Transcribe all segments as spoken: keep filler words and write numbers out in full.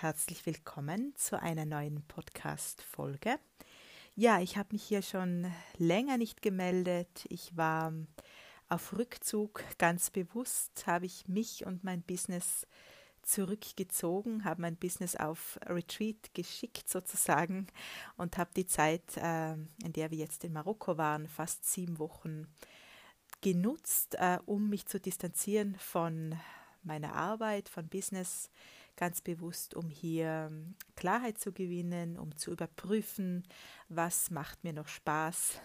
herzlich willkommen zu einer neuen Podcast-Folge. Ja, ich habe mich hier schon länger nicht gemeldet. Ich war auf Rückzug, ganz bewusst habe ich mich und mein Business zurückgezogen, habe mein Business auf Retreat geschickt sozusagen und habe die Zeit, äh, in der wir jetzt in Marokko waren, fast sieben Wochen genutzt, äh, um mich zu distanzieren von meiner Arbeit, von Business, ganz bewusst, um hier ähm, Klarheit zu gewinnen, um zu überprüfen, was macht mir noch Spaß,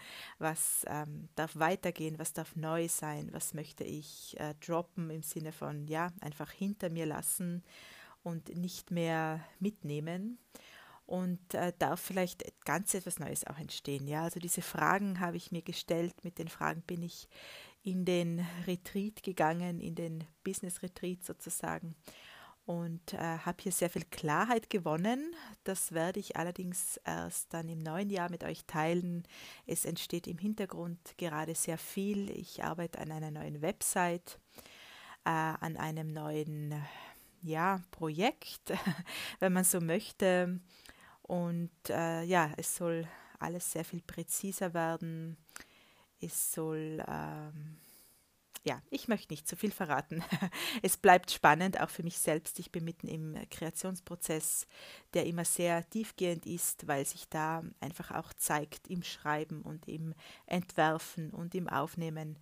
was ähm, darf weitergehen, was darf neu sein, was möchte ich äh, droppen im Sinne von, ja, einfach hinter mir lassen und nicht mehr mitnehmen. Und äh, darf vielleicht ganz etwas Neues auch entstehen. Ja, also diese Fragen habe ich mir gestellt. Mit den Fragen bin ich in den Retreat gegangen, in den Business Retreat sozusagen und äh, habe hier sehr viel Klarheit gewonnen. Das werde ich allerdings erst dann im neuen Jahr mit euch teilen. Es entsteht im Hintergrund gerade sehr viel. Ich arbeite an einer neuen Website, äh, an einem neuen ja, Projekt, wenn man so möchte. Und äh, ja, es soll alles sehr viel präziser werden. Es soll, ähm, ja, ich möchte nicht zu viel verraten. Es bleibt spannend, auch für mich selbst. Ich bin mitten im Kreationsprozess, der immer sehr tiefgehend ist, weil sich da einfach auch zeigt im Schreiben und im Entwerfen und im Aufnehmen,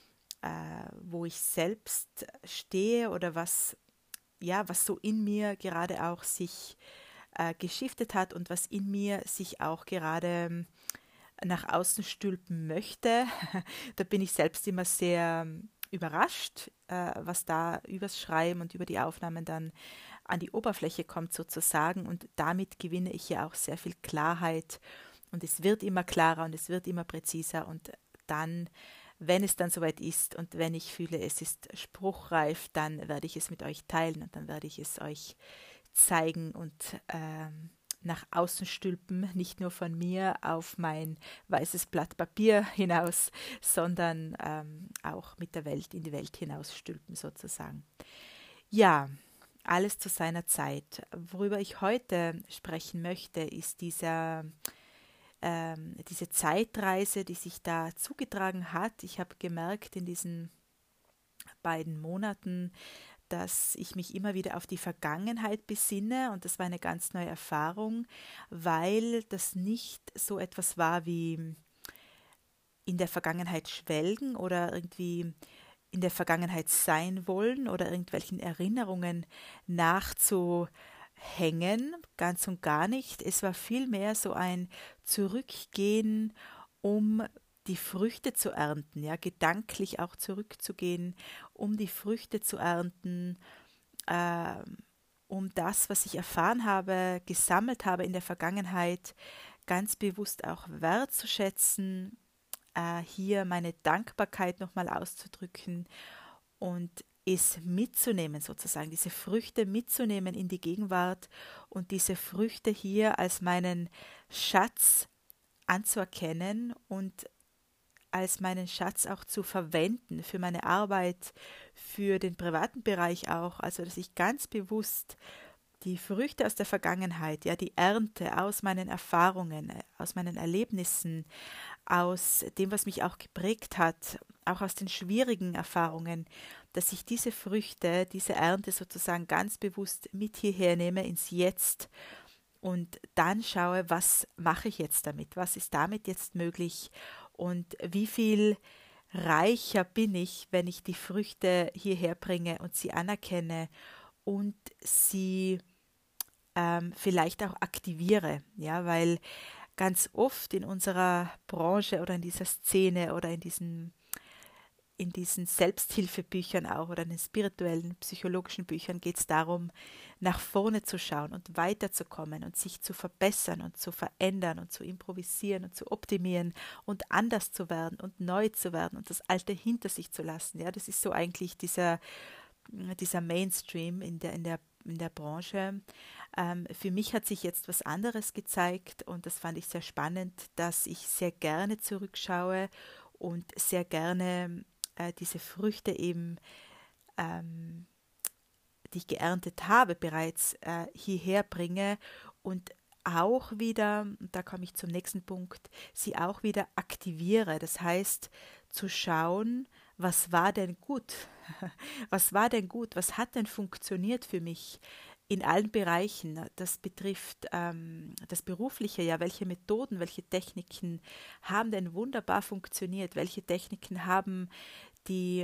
äh, wo ich selbst stehe oder was, ja, was so in mir gerade auch sich äh, geschiftet hat und was in mir sich auch gerade nach außen stülpen möchte. Da bin ich selbst immer sehr überrascht, äh, was da übers Schreiben und über die Aufnahmen dann an die Oberfläche kommt sozusagen, und damit gewinne ich ja auch sehr viel Klarheit und es wird immer klarer und es wird immer präziser, und dann, wenn es dann soweit ist und wenn ich fühle, es ist spruchreif, dann werde ich es mit euch teilen und dann werde ich es euch zeigen und ähm, nach außen stülpen, nicht nur von mir auf mein weißes Blatt Papier hinaus, sondern ähm, auch mit der Welt in die Welt hinaus stülpen sozusagen. Ja, alles zu seiner Zeit. Worüber ich heute sprechen möchte, ist dieser, ähm, diese Zeitreise, die sich da zugetragen hat. Ich habe gemerkt in diesen beiden Monaten, dass ich mich immer wieder auf die Vergangenheit besinne, und das war eine ganz neue Erfahrung, weil das nicht so etwas war wie in der Vergangenheit schwelgen oder irgendwie in der Vergangenheit sein wollen oder irgendwelchen Erinnerungen nachzuhängen, ganz und gar nicht. Es war vielmehr so ein Zurückgehen, um die Früchte zu ernten, ja, gedanklich auch zurückzugehen, um die Früchte zu ernten, äh, um das, was ich erfahren habe, gesammelt habe in der Vergangenheit, ganz bewusst auch wertzuschätzen, äh, hier meine Dankbarkeit nochmal auszudrücken und es mitzunehmen, sozusagen, diese Früchte mitzunehmen in die Gegenwart und diese Früchte hier als meinen Schatz anzuerkennen und als meinen Schatz auch zu verwenden für meine Arbeit, für den privaten Bereich auch, also dass ich ganz bewusst die Früchte aus der Vergangenheit, ja, die Ernte aus meinen Erfahrungen, aus meinen Erlebnissen, aus dem, was mich auch geprägt hat, auch aus den schwierigen Erfahrungen, dass ich diese Früchte, diese Ernte sozusagen ganz bewusst mit hierher nehme ins Jetzt und dann schaue, was mache ich jetzt damit, was ist damit jetzt möglich und wie viel reicher bin ich, wenn ich die Früchte hierher bringe und sie anerkenne und sie ähm, vielleicht auch aktiviere, ja, weil ganz oft in unserer Branche oder in dieser Szene oder in diesen in diesen Selbsthilfebüchern auch oder in den spirituellen, psychologischen Büchern geht es darum, nach vorne zu schauen und weiterzukommen und sich zu verbessern und zu verändern und zu improvisieren und zu optimieren und anders zu werden und neu zu werden und das Alte hinter sich zu lassen. Ja, das ist so eigentlich dieser, dieser Mainstream in der, in der, in der Branche. Ähm, für mich hat sich jetzt was anderes gezeigt und das fand ich sehr spannend, dass ich sehr gerne zurückschaue und sehr gerne äh, diese Früchte eben ähm, die ich geerntet habe, bereits äh, hierher bringe und auch wieder, und da komme ich zum nächsten Punkt, sie auch wieder aktiviere. Das heißt, zu schauen, was war denn gut? Was war denn gut? Was hat denn funktioniert für mich in allen Bereichen? Das betrifft ähm, das Berufliche, ja, welche Methoden, welche Techniken haben denn wunderbar funktioniert? Welche Techniken haben die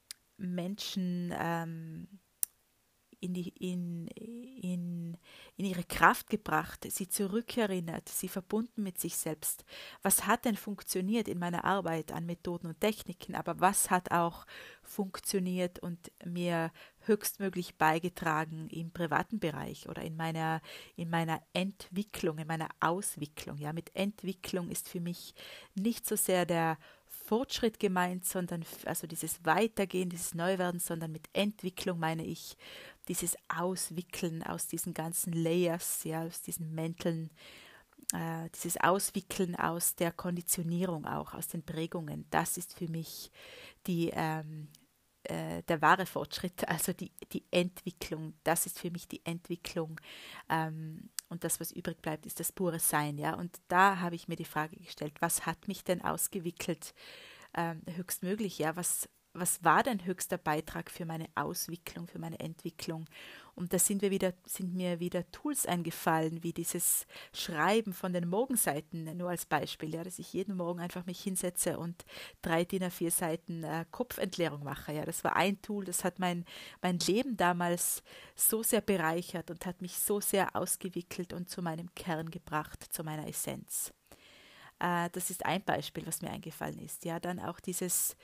Menschen ähm, in, die, in, in, in ihre Kraft gebracht, sie zurückerinnert, sie verbunden mit sich selbst. Was hat denn funktioniert in meiner Arbeit an Methoden und Techniken, aber was hat auch funktioniert und mir höchstmöglich beigetragen im privaten Bereich oder in meiner, in meiner Entwicklung, in meiner Auswicklung. Ja, mit Entwicklung ist für mich nicht so sehr der Fortschritt gemeint, sondern also dieses Weitergehen, dieses Neuwerden, sondern mit Entwicklung meine ich dieses Auswickeln aus diesen ganzen Layers, ja, aus diesen Mänteln, äh, dieses Auswickeln aus der Konditionierung auch, aus den Prägungen. Das ist für mich die, ähm, äh, der wahre Fortschritt, also die, die Entwicklung. Das ist für mich die Entwicklung. Ähm, und das, was übrig bleibt, ist das pure Sein. Ja? Und da habe ich mir die Frage gestellt, was hat mich denn ausgewickelt? Ähm, höchstmöglich, ja, was was war dein höchster Beitrag für meine Auswicklung, für meine Entwicklung? Und da sind wir wieder, sind mir wieder Tools eingefallen, wie dieses Schreiben von den Morgenseiten, nur als Beispiel, ja, dass ich jeden Morgen einfach mich hinsetze und drei D I N A vier Seiten äh, Kopfentleerung mache. Ja, das war ein Tool, das hat mein, mein Leben damals so sehr bereichert und hat mich so sehr ausgewickelt und zu meinem Kern gebracht, zu meiner Essenz. Äh, das ist ein Beispiel, was mir eingefallen ist. Ja, dann auch dieses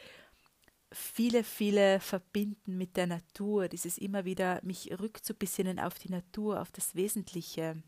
viele, viele verbinden mit der Natur, dieses immer wieder mich rückzubesinnen auf die Natur, auf das Wesentliche.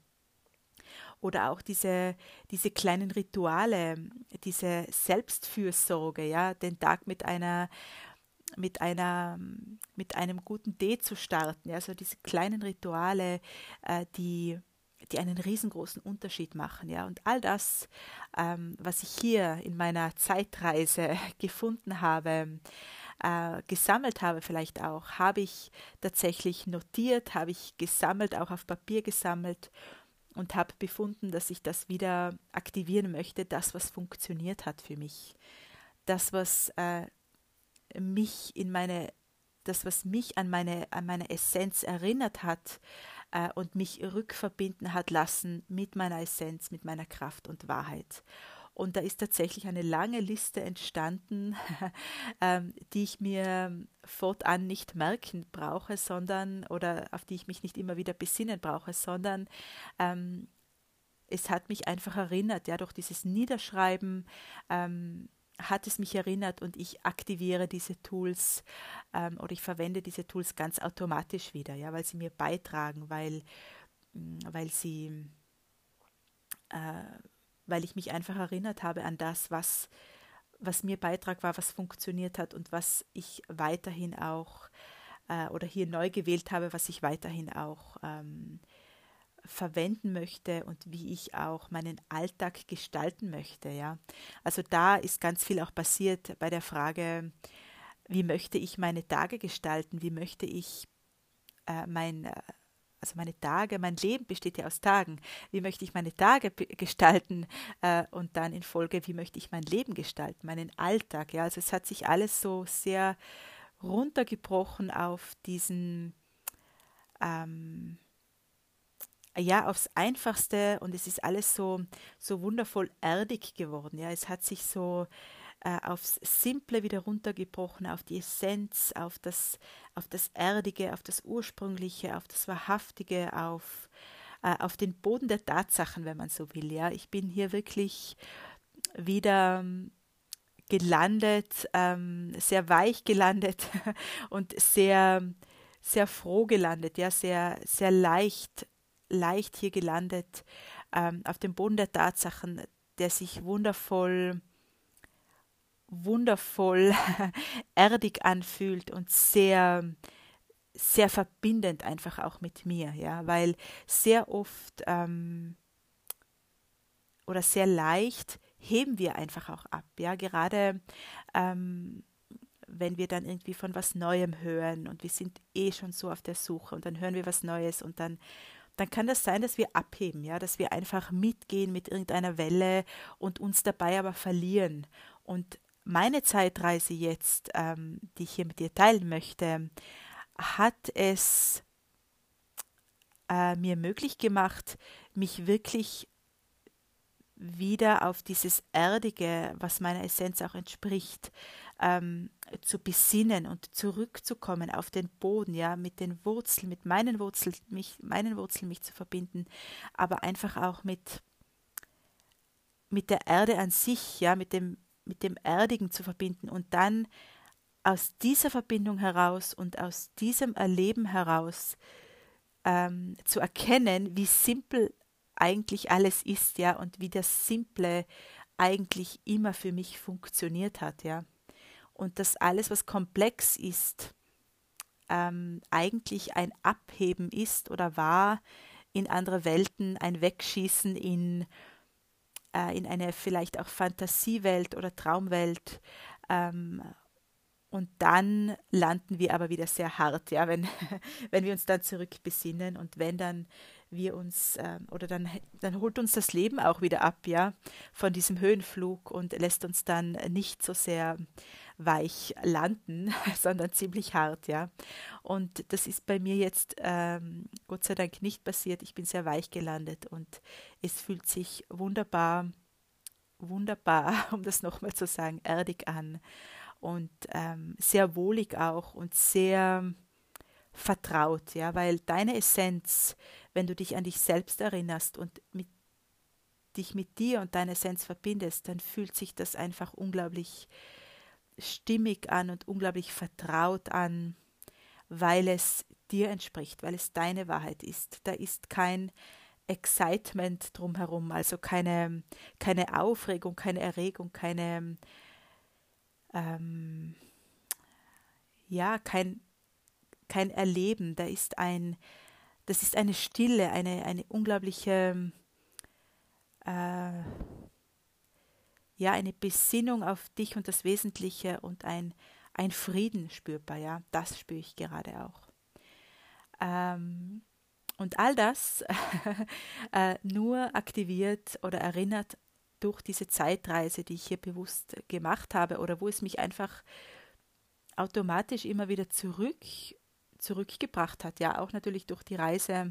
Oder auch diese, diese kleinen Rituale, diese Selbstfürsorge, ja, den Tag mit einer, mit einer, mit einem guten Tee zu starten, ja, also diese kleinen Rituale, äh, die die einen riesengroßen Unterschied machen, ja, und all das, ähm, was ich hier in meiner Zeitreise gefunden habe, äh, gesammelt habe vielleicht auch, habe ich tatsächlich notiert, habe ich gesammelt, auch auf Papier gesammelt und habe befunden, dass ich das wieder aktivieren möchte, das, was funktioniert hat für mich, das, was äh, mich in meine, das, was mich an meine, an meine Essenz erinnert hat äh, und mich rückverbinden hat lassen mit meiner Essenz, mit meiner Kraft und Wahrheit. Und da ist tatsächlich eine lange Liste entstanden, ähm, die ich mir fortan nicht merken brauche, sondern, oder auf die ich mich nicht immer wieder besinnen brauche, sondern ähm, es hat mich einfach erinnert, ja, durch dieses Niederschreiben ähm, hat es mich erinnert und ich aktiviere diese Tools ähm, oder ich verwende diese Tools ganz automatisch wieder, ja, weil sie mir beitragen, weil, weil sie äh, weil ich mich einfach erinnert habe an das, was, was mir Beitrag war, was funktioniert hat und was ich weiterhin auch äh, oder hier neu gewählt habe, was ich weiterhin auch ähm, verwenden möchte und wie ich auch meinen Alltag gestalten möchte. Ja. Also da ist ganz viel auch passiert bei der Frage, wie möchte ich meine Tage gestalten, wie möchte ich äh, mein äh, also meine Tage, mein Leben besteht ja aus Tagen. Wie möchte ich meine Tage gestalten? Äh, und dann in Folge, wie möchte ich mein Leben gestalten, meinen Alltag? Ja, also es hat sich alles so sehr runtergebrochen auf diesen, ähm, ja, aufs Einfachste und es ist alles so, so wundervoll erdig geworden. Ja, es hat sich so äh, aufs Simple wieder runtergebrochen, auf die Essenz, auf das, auf das Erdige, auf das Ursprüngliche, auf das Wahrhaftige, auf, äh, auf den Boden der Tatsachen, wenn man so will. Ja, ich bin hier wirklich wieder ähm, gelandet, ähm, sehr weich gelandet und sehr, sehr froh gelandet, ja, sehr, sehr leicht, leicht hier gelandet, ähm, auf dem Boden der Tatsachen, der sich wundervoll wundervoll erdig anfühlt und sehr, sehr verbindend einfach auch mit mir, ja, weil sehr oft ähm, oder sehr leicht heben wir einfach auch ab, ja, gerade ähm, wenn wir dann irgendwie von was Neuem hören und wir sind eh schon so auf der Suche und dann hören wir was Neues und dann, dann kann das sein, dass wir abheben, ja, dass wir einfach mitgehen mit irgendeiner Welle und uns dabei aber verlieren. Und meine Zeitreise jetzt, ähm, die ich hier mit dir teilen möchte, hat es äh, mir möglich gemacht, mich wirklich wieder auf dieses Erdige, was meiner Essenz auch entspricht, ähm, zu besinnen und zurückzukommen auf den Boden, ja, mit den Wurzeln, mit meinen Wurzeln, mich, meinen Wurzeln mich zu verbinden, aber einfach auch mit, mit der Erde an sich, ja, mit dem, mit dem Erdigen zu verbinden und dann aus dieser Verbindung heraus und aus diesem Erleben heraus ähm, zu erkennen, wie simpel eigentlich alles ist, ja, und wie das Simple eigentlich immer für mich funktioniert hat, ja. Und dass alles, was komplex ist, ähm, eigentlich ein Abheben ist oder war in andere Welten, ein Wegschießen in, äh, in eine vielleicht auch Fantasiewelt oder Traumwelt. Ähm, und dann landen wir aber wieder sehr hart, ja, wenn, wenn wir uns dann zurückbesinnen und wenn dann wir uns, ähm, oder dann, dann holt uns das Leben auch wieder ab, ja, von diesem Höhenflug und lässt uns dann nicht so sehr weich landen, sondern ziemlich hart, ja. Und das ist bei mir jetzt ähm, Gott sei Dank nicht passiert. Ich bin sehr weich gelandet und es fühlt sich wunderbar, wunderbar, um das nochmal zu sagen, erdig an und ähm, sehr wohlig auch und sehr vertraut, ja, weil deine Essenz, wenn du dich an dich selbst erinnerst und mit, dich mit dir und deiner Essenz verbindest, dann fühlt sich das einfach unglaublich stimmig an und unglaublich vertraut an, weil es dir entspricht, weil es deine Wahrheit ist. Da ist kein Excitement drumherum, also keine, keine Aufregung, keine Erregung, keine, ähm, ja, kein, kein Erleben. Da ist ein, das ist eine Stille, eine, eine unglaubliche, äh, ja, eine Besinnung auf dich und das Wesentliche und ein, ein Frieden spürbar, ja, das spüre ich gerade auch. Ähm, und all das äh, nur aktiviert oder erinnert durch diese Zeitreise, die ich hier bewusst gemacht habe oder wo es mich einfach automatisch immer wieder zurück, zurückgebracht hat, ja, auch natürlich durch die Reise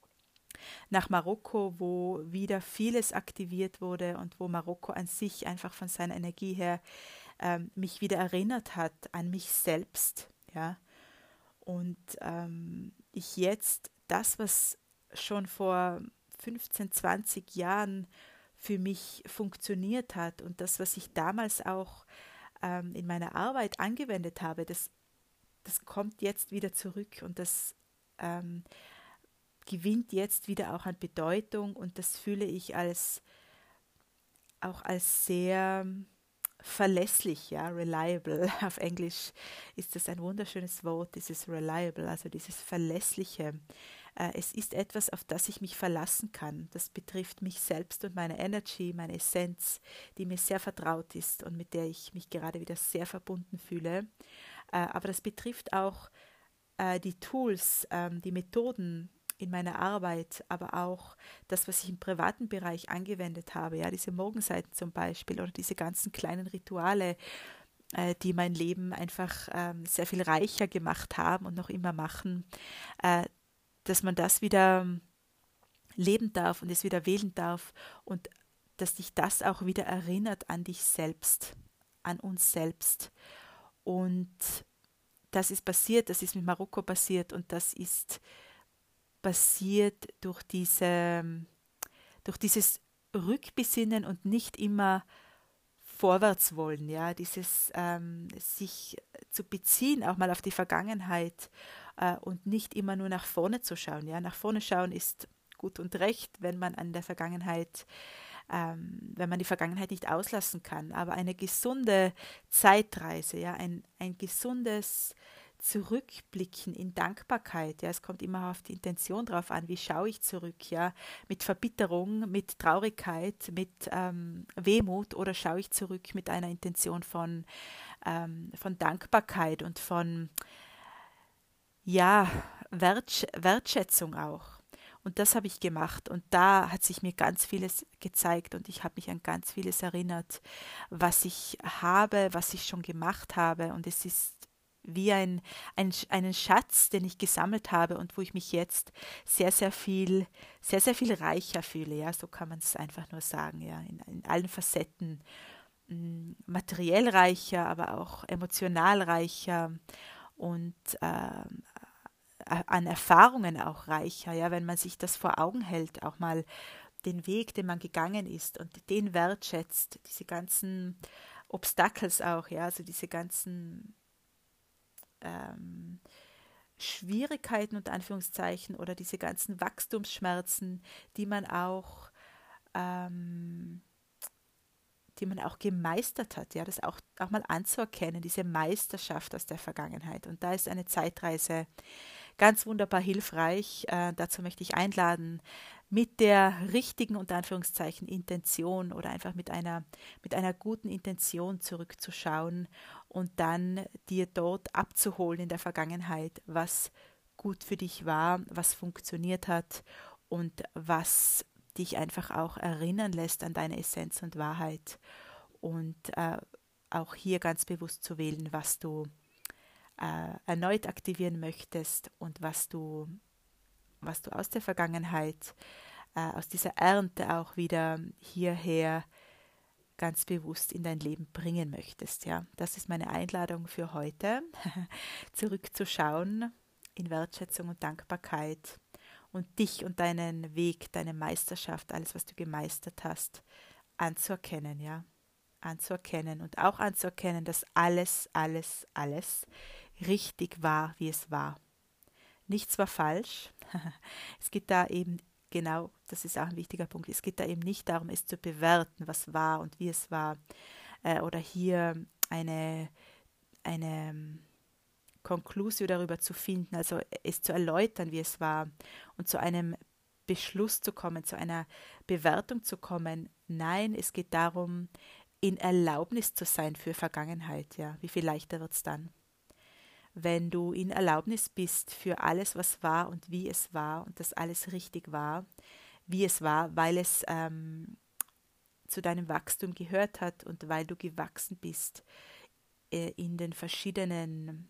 nach Marokko, wo wieder vieles aktiviert wurde und wo Marokko an sich einfach von seiner Energie her ähm, mich wieder erinnert hat an mich selbst, ja. Und ähm, ich jetzt das, was schon vor fünfzehn, zwanzig Jahren für mich funktioniert hat und das, was ich damals auch ähm, in meiner Arbeit angewendet habe, das, das kommt jetzt wieder zurück und das ähm, gewinnt jetzt wieder auch an Bedeutung und das fühle ich als auch als sehr verlässlich, ja, reliable. Auf Englisch ist das ein wunderschönes Wort, dieses reliable, also dieses Verlässliche. Äh, es ist etwas, auf das ich mich verlassen kann. Das betrifft mich selbst und meine Energy, meine Essenz, die mir sehr vertraut ist und mit der ich mich gerade wieder sehr verbunden fühle. Äh, aber das betrifft auch äh, die Tools, ähm, die Methoden in meiner Arbeit, aber auch das, was ich im privaten Bereich angewendet habe, ja, diese Morgenseiten zum Beispiel oder diese ganzen kleinen Rituale, äh, die mein Leben einfach ähm, sehr viel reicher gemacht haben und noch immer machen, äh, dass man das wieder leben darf und es wieder wählen darf und dass dich das auch wieder erinnert an dich selbst, an uns selbst. Und das ist passiert, das ist mit Marokko passiert und das ist passiert durch diese, durch dieses Rückbesinnen und nicht immer vorwärts wollen, ja, dieses ähm, sich zu beziehen, auch mal auf die Vergangenheit äh, und nicht immer nur nach vorne zu schauen, ja, nach vorne schauen ist gut und recht, wenn man an der Vergangenheit, ähm, wenn man die Vergangenheit nicht auslassen kann, aber eine gesunde Zeitreise, ja, ein, ein gesundes zurückblicken in Dankbarkeit. Ja, es kommt immer auf die Intention drauf an, wie schaue ich zurück, ja, mit Verbitterung, mit Traurigkeit, mit ähm, Wehmut oder schaue ich zurück mit einer Intention von, ähm, von Dankbarkeit und von, ja, Wertsch Wertschätzung auch. Und das habe ich gemacht und da hat sich mir ganz vieles gezeigt und ich habe mich an ganz vieles erinnert, was ich habe, was ich schon gemacht habe und es ist wie ein, ein, einen Schatz, den ich gesammelt habe und wo ich mich jetzt sehr, sehr viel, sehr, sehr viel reicher fühle. Ja, so kann man es einfach nur sagen, ja, in, in allen Facetten. m, Materiell reicher, aber auch emotional reicher und ähm, an Erfahrungen auch reicher, ja, wenn man sich das vor Augen hält, auch mal den Weg, den man gegangen ist und den wertschätzt, diese ganzen Obstacles auch, ja, also diese ganzen ähm, Schwierigkeiten unter Anführungszeichen oder diese ganzen Wachstumsschmerzen, die man auch ähm, die man auch gemeistert hat, ja, das auch, auch mal anzuerkennen, diese Meisterschaft aus der Vergangenheit. Und da ist eine Zeitreise ganz wunderbar hilfreich. Äh, dazu möchte ich einladen, mit der richtigen, unter Anführungszeichen, Intention oder einfach mit einer, mit einer guten Intention zurückzuschauen und dann dir dort abzuholen in der Vergangenheit, was gut für dich war, was funktioniert hat und was dich einfach auch erinnern lässt an deine Essenz und Wahrheit und äh, auch hier ganz bewusst zu wählen, was du äh, erneut aktivieren möchtest und was du, was du aus der Vergangenheit, äh, aus dieser Ernte auch wieder hierher ganz bewusst in dein Leben bringen möchtest. Ja, das ist meine Einladung für heute, zurückzuschauen in Wertschätzung und Dankbarkeit und dich und deinen Weg, deine Meisterschaft, alles, was du gemeistert hast, anzuerkennen, ja, anzuerkennen und auch anzuerkennen, dass alles, alles, alles richtig war, wie es war. Nichts war falsch. Es geht da eben, genau, das ist auch ein wichtiger Punkt, es geht da eben nicht darum, es zu bewerten, was war und wie es war, äh, oder hier eine, eine Conclusio darüber zu finden, also es zu erläutern, wie es war und zu einem Beschluss zu kommen, zu einer Bewertung zu kommen. Nein, es geht darum, in Erlaubnis zu sein für Vergangenheit. Ja, wie viel leichter wird es dann? Wenn du in Erlaubnis bist für alles, was war und wie es war und dass alles richtig war, wie es war, weil es ähm, zu deinem Wachstum gehört hat und weil du gewachsen bist äh, in den verschiedenen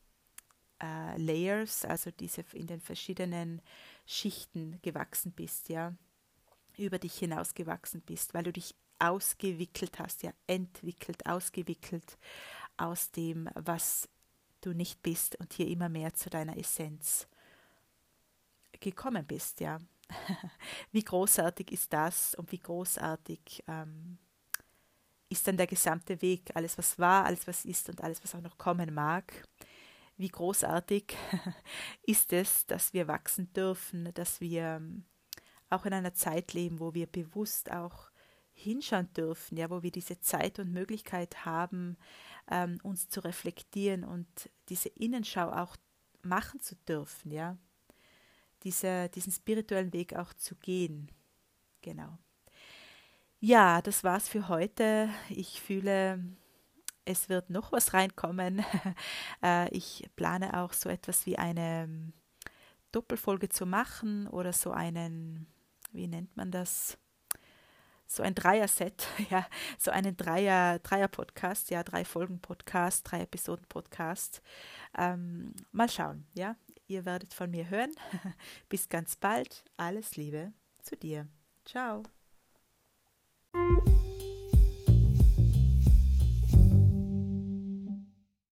äh, Layers, also diese in den verschiedenen Schichten gewachsen bist, ja, über dich hinaus gewachsen bist, weil du dich ausgewickelt hast, ja, entwickelt, ausgewickelt aus dem, was du nicht bist und hier immer mehr zu deiner Essenz gekommen bist, ja. Wie großartig ist das und wie großartig ähm, ist dann der gesamte Weg, alles was war, alles was ist und alles was auch noch kommen mag. Wie großartig ist es, dass wir wachsen dürfen, dass wir auch in einer Zeit leben, wo wir bewusst auch hinschauen dürfen, ja, wo wir diese Zeit und Möglichkeit haben, ähm, uns zu reflektieren und diese Innenschau auch machen zu dürfen, ja, diese, diesen spirituellen Weg auch zu gehen. Genau. Ja, das war's für heute. Ich fühle, es wird noch was reinkommen. äh, ich plane auch so etwas wie eine Doppelfolge zu machen oder so einen, wie nennt man das? So ein Dreier-Set, ja, so einen Dreier, Dreier-Podcast, ja, drei Folgen-Podcast, drei Episoden-Podcast. Ähm, mal schauen, ja, ihr werdet von mir hören. Bis ganz bald. Alles Liebe zu dir. Ciao.